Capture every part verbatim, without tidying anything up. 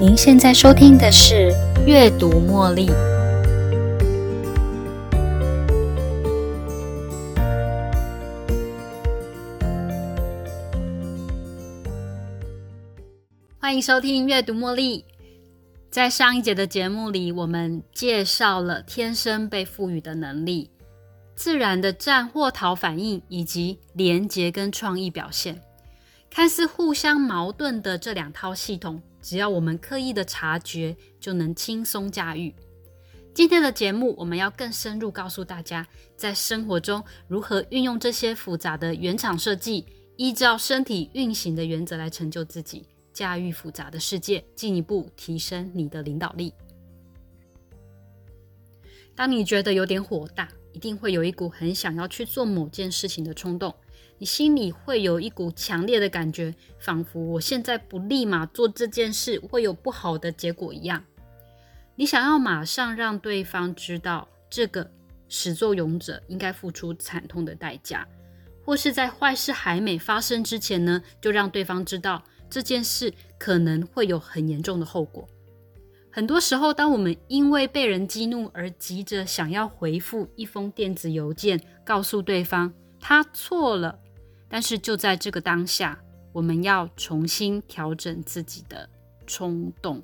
您现在收听的是阅读茉莉。欢迎收听阅读茉莉。在上一节的节目里，我们介绍了天生被赋予的能力、自然的战或逃反应以及连结跟创意表现。看似互相矛盾的这两套系统，只要我们刻意的察觉，就能轻松驾驭。今天的节目，我们要更深入告诉大家，在生活中如何运用这些复杂的原厂设计，依照身体运行的原则来成就自己，驾驭复杂的世界，进一步提升你的领导力。当你觉得有点火大，一定会有一股很想要去做某件事情的冲动，你心里会有一股强烈的感觉，仿佛我现在不立马做这件事会有不好的结果一样。你想要马上让对方知道这个始作俑者应该付出惨痛的代价，或是在坏事还没发生之前呢，就让对方知道这件事可能会有很严重的后果。很多时候，当我们因为被人激怒而急着想要回复一封电子邮件，告诉对方他错了，但是就在这个当下，我们要重新调整自己的冲动。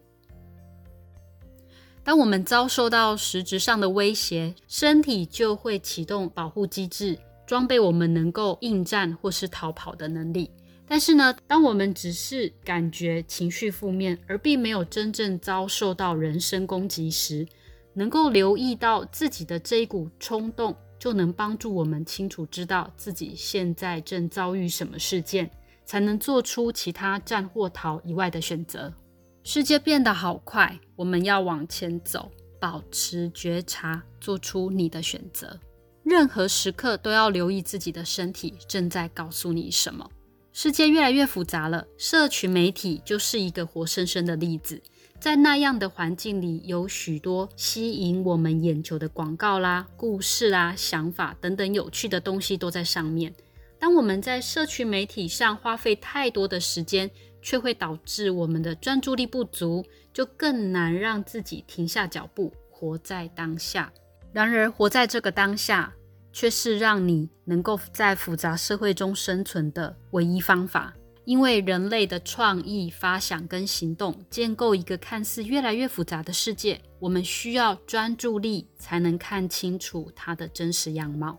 当我们遭受到实质上的威胁，身体就会启动保护机制，装备我们能够应战或是逃跑的能力。但是呢，当我们只是感觉情绪负面，而并没有真正遭受到人身攻击时，能够留意到自己的这一股冲动，就能帮助我们清楚知道自己现在正遭遇什么事件，才能做出其他战或逃以外的选择。世界变得好快，我们要往前走，保持觉察，做出你的选择。任何时刻都要留意自己的身体正在告诉你什么。世界越来越复杂了，社群媒体就是一个活生生的例子。在那样的环境里，有许多吸引我们眼球的广告啦、故事啦、想法等等有趣的东西都在上面。当我们在社群媒体上花费太多的时间，却会导致我们的专注力不足，就更难让自己停下脚步，活在当下。然而，活在这个当下，却是让你能够在复杂社会中生存的唯一方法。因为人类的创意、发想跟行动建构一个看似越来越复杂的世界，我们需要专注力才能看清楚它的真实样貌。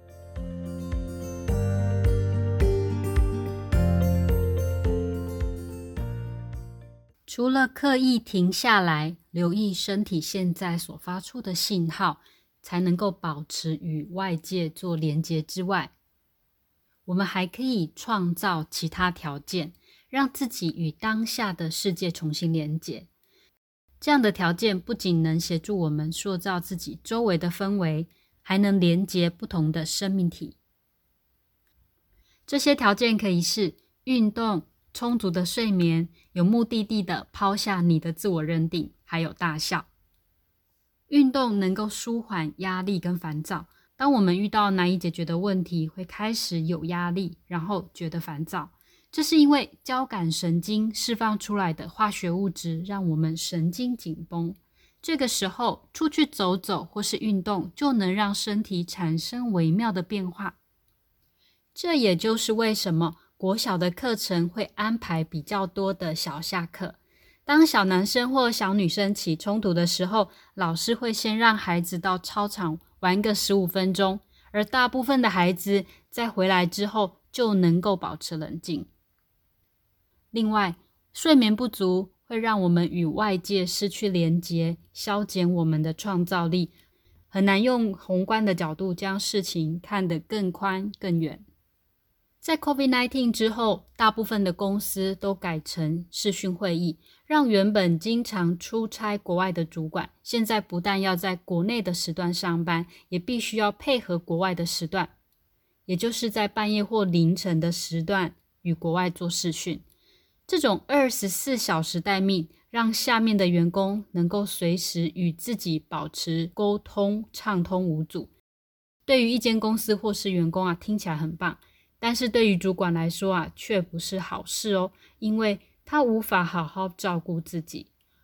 除了刻意停下来，留意身体现在所发出的信号，才能够保持与外界做连结之外，我们还可以创造其他条件，让自己与当下的世界重新连结。这样的条件不仅能协助我们塑造自己周围的氛围，还能连结不同的生命体。这些条件可以是运动、充足的睡眠、有目的地的抛下你的自我认定，还有大笑。运动能够舒缓压力跟烦躁。当我们遇到难以解决的问题，会开始有压力，然后觉得烦躁。这是因为交感神经释放出来的化学物质让我们神经紧绷。这个时候，出去走走或是运动，就能让身体产生微妙的变化。这也就是为什么国小的课程会安排比较多的小下课。当小男生或小女生起冲突的时候，老师会先让孩子到操场玩个十五分钟，而大部分的孩子在回来之后就能够保持冷静。另外，睡眠不足会让我们与外界失去连结，消减我们的创造力，很难用宏观的角度将事情看得更宽更远。在 COVID 十九 之后，大部分的公司都改成视讯会议，让原本经常出差国外的主管，现在不但要在国内的时段上班，也必须要配合国外的时段，也就是在半夜或凌晨的时段与国外做视讯。这种二十四小时待命，让下面的员工能够随时与自己保持沟通，畅通无阻。对于一间公司或是员工啊，听起来很棒。但是对于主管来说啊，却不是好事哦，因为他无法好好照顾自己。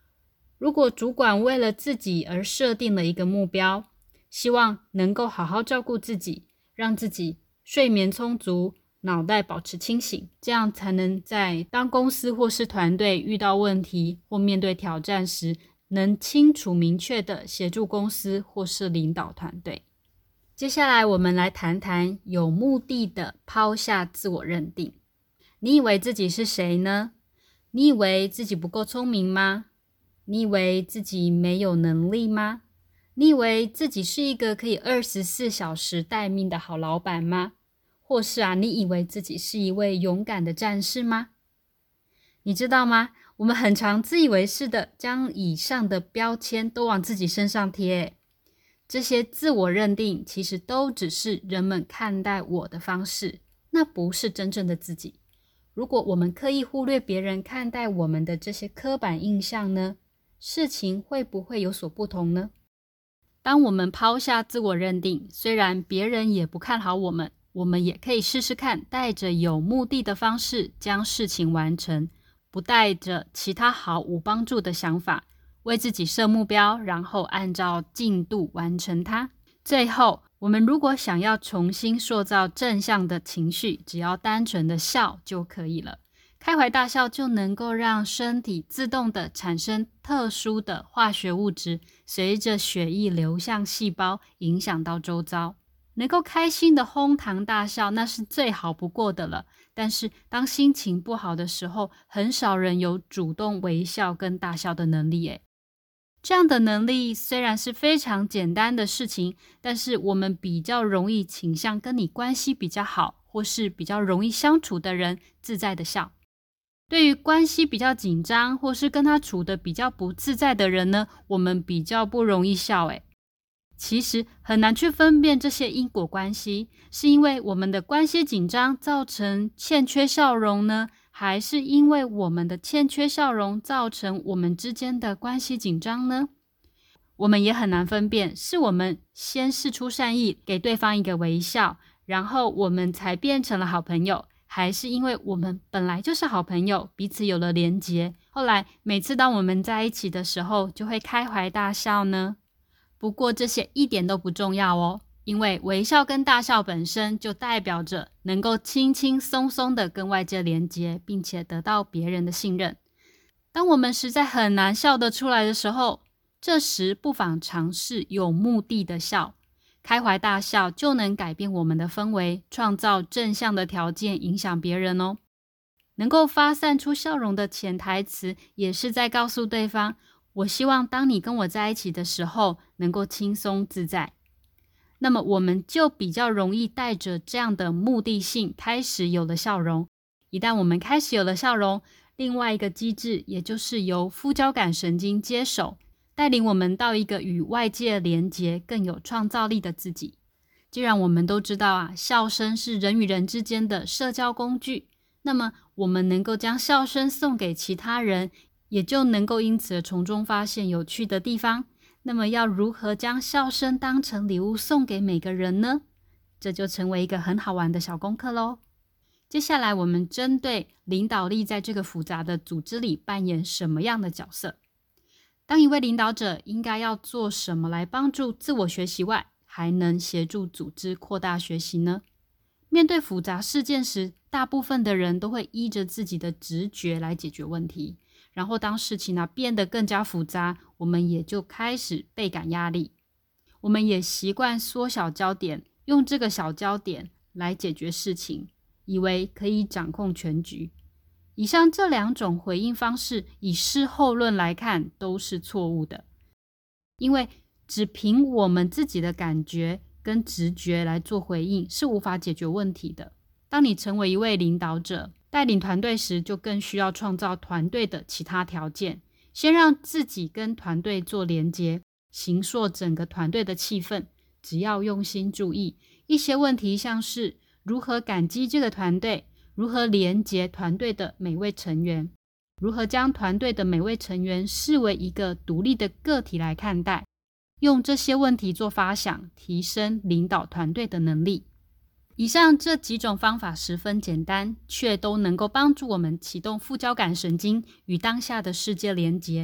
如果主管为了自己而设定了一个目标，希望能够好好照顾自己，让自己睡眠充足，脑袋保持清醒，这样才能在当公司或是团队遇到问题或面对挑战时，能清楚明确地协助公司或是领导团队。接下来我们来谈谈有目的的抛下自我认定。你以为自己是谁呢？你以为自己不够聪明吗？你以为自己没有能力吗？你以为自己是一个可以二十四小时待命的好老板吗？或是啊，你以为自己是一位勇敢的战士吗？你知道吗？我们很常自以为是的将以上的标签都往自己身上贴。这些自我认定其实都只是人们看待我的方式，那不是真正的自己。如果我们刻意忽略别人看待我们的这些刻板印象呢，事情会不会有所不同呢？当我们抛下自我认定，虽然别人也不看好我们，我们也可以试试看带着有目的的方式将事情完成，不带着其他毫无帮助的想法，为自己设目标，然后按照进度完成它。最后，我们如果想要重新塑造正向的情绪，只要单纯的笑就可以了。开怀大笑就能够让身体自动的产生特殊的化学物质，随着血液流向细胞，影响到周遭。能够开心的哄堂大笑，那是最好不过的了。但是当心情不好的时候，很少人有主动微笑跟大笑的能力耶。这样的能力虽然是非常简单的事情，但是我们比较容易倾向跟你关系比较好，或是比较容易相处的人自在的笑。对于关系比较紧张，或是跟他处得比较不自在的人呢，我们比较不容易笑诶。其实很难去分辨这些因果关系，是因为我们的关系紧张造成欠缺笑容呢，还是因为我们的欠缺笑容造成我们之间的关系紧张呢？我们也很难分辨，是我们先释出善意，给对方一个微笑，然后我们才变成了好朋友，还是因为我们本来就是好朋友，彼此有了连结，后来每次当我们在一起的时候，就会开怀大笑呢？不过这些一点都不重要哦，因为微笑跟大笑本身就代表着能够轻轻松松的跟外界连接，并且得到别人的信任。当我们实在很难笑得出来的时候，这时不妨尝试有目的的笑，开怀大笑就能改变我们的氛围，创造正向的条件，影响别人哦。能够发散出笑容的潜台词，也是在告诉对方，我希望当你跟我在一起的时候，能够轻松自在。那么我们就比较容易带着这样的目的性开始有了笑容。一旦我们开始有了笑容，另外一个机制，也就是由副交感神经接手，带领我们到一个与外界连结更有创造力的自己。既然我们都知道啊，笑声是人与人之间的社交工具，那么我们能够将笑声送给其他人，也就能够因此从中发现有趣的地方。那么要如何将笑声当成礼物送给每个人呢？这就成为一个很好玩的小功课咯。接下来我们针对领导力在这个复杂的组织里扮演什么样的角色？当一位领导者应该要做什么来帮助自我学习外，还能协助组织扩大学习呢？面对复杂事件时，大部分的人都会依着自己的直觉来解决问题，然后当事情啊变得更加复杂，我们也就开始倍感压力。我们也习惯缩小焦点，用这个小焦点来解决事情，以为可以掌控全局。以上这两种回应方式，以事后论来看都是错误的，因为只凭我们自己的感觉跟直觉来做回应是无法解决问题的。当你成为一位领导者，带领团队时，就更需要创造团队的其他条件，先让自己跟团队做连结，形塑整个团队的气氛。只要用心注意一些问题，像是如何感激这个团队，如何连结团队的每位成员，如何将团队的每位成员视为一个独立的个体来看待，用这些问题做发想，提升领导团队的能力。以上这几种方法十分简单，却都能够帮助我们启动副交感神经与当下的世界连结，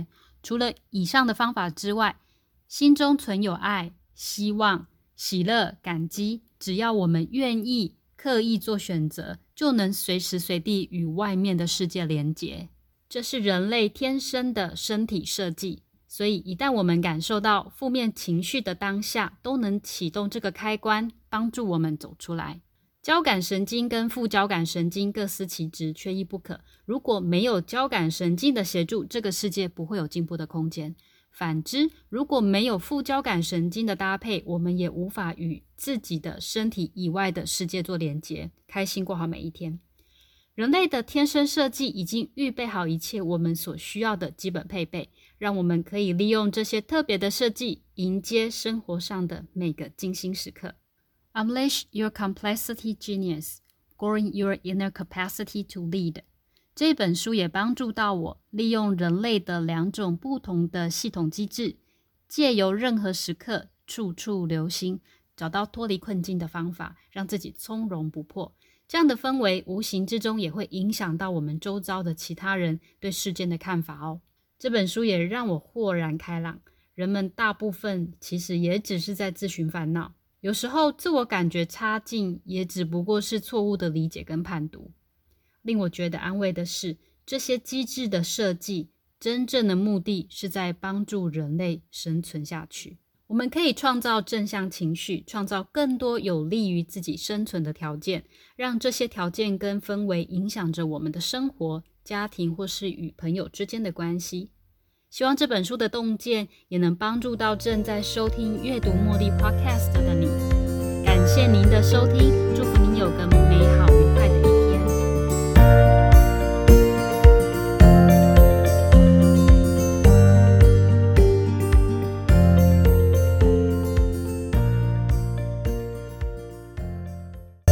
除了以上的方法之外，心中存有爱、希望、喜乐、感激，只要我们愿意刻意做选择，就能随时随地与外面的世界连结。这是人类天生的身体设计，所以一旦我们感受到负面情绪的当下，都能启动这个开关，帮助我们走出来。交感神经跟副交感神经各司其职，缺一不可。如果没有交感神经的协助，这个世界不会有进步的空间。反之，如果没有副交感神经的搭配，我们也无法与自己的身体以外的世界做连结，开心过好每一天。人类的天生设计已经预备好一切我们所需要的基本配备，让我们可以利用这些特别的设计，迎接生活上的每个精心时刻。Unleash your complexity genius, growing your inner capacity to lead. 这本书也帮助到我，利用人类的两种不同的系统机制，借由任何时刻处处留心，找到脱离困境的方法，让自己从容不迫。这样的氛围无形之中也会影响到我们周遭的其他人对事件的看法哦。这本书也让我豁然开朗，人们大部分其实也只是在自寻烦恼，有时候自我感觉差劲，也只不过是错误的理解跟判读。令我觉得安慰的是，这些机制的设计，真正的目的是在帮助人类生存下去。我们可以创造正向情绪，创造更多有利于自己生存的条件，让这些条件跟氛围影响着我们的生活、家庭或是与朋友之间的关系。希望这本书的洞见也能帮助到正在收听阅读茉莉 Podcast 的你。感谢您的收听，祝福您有个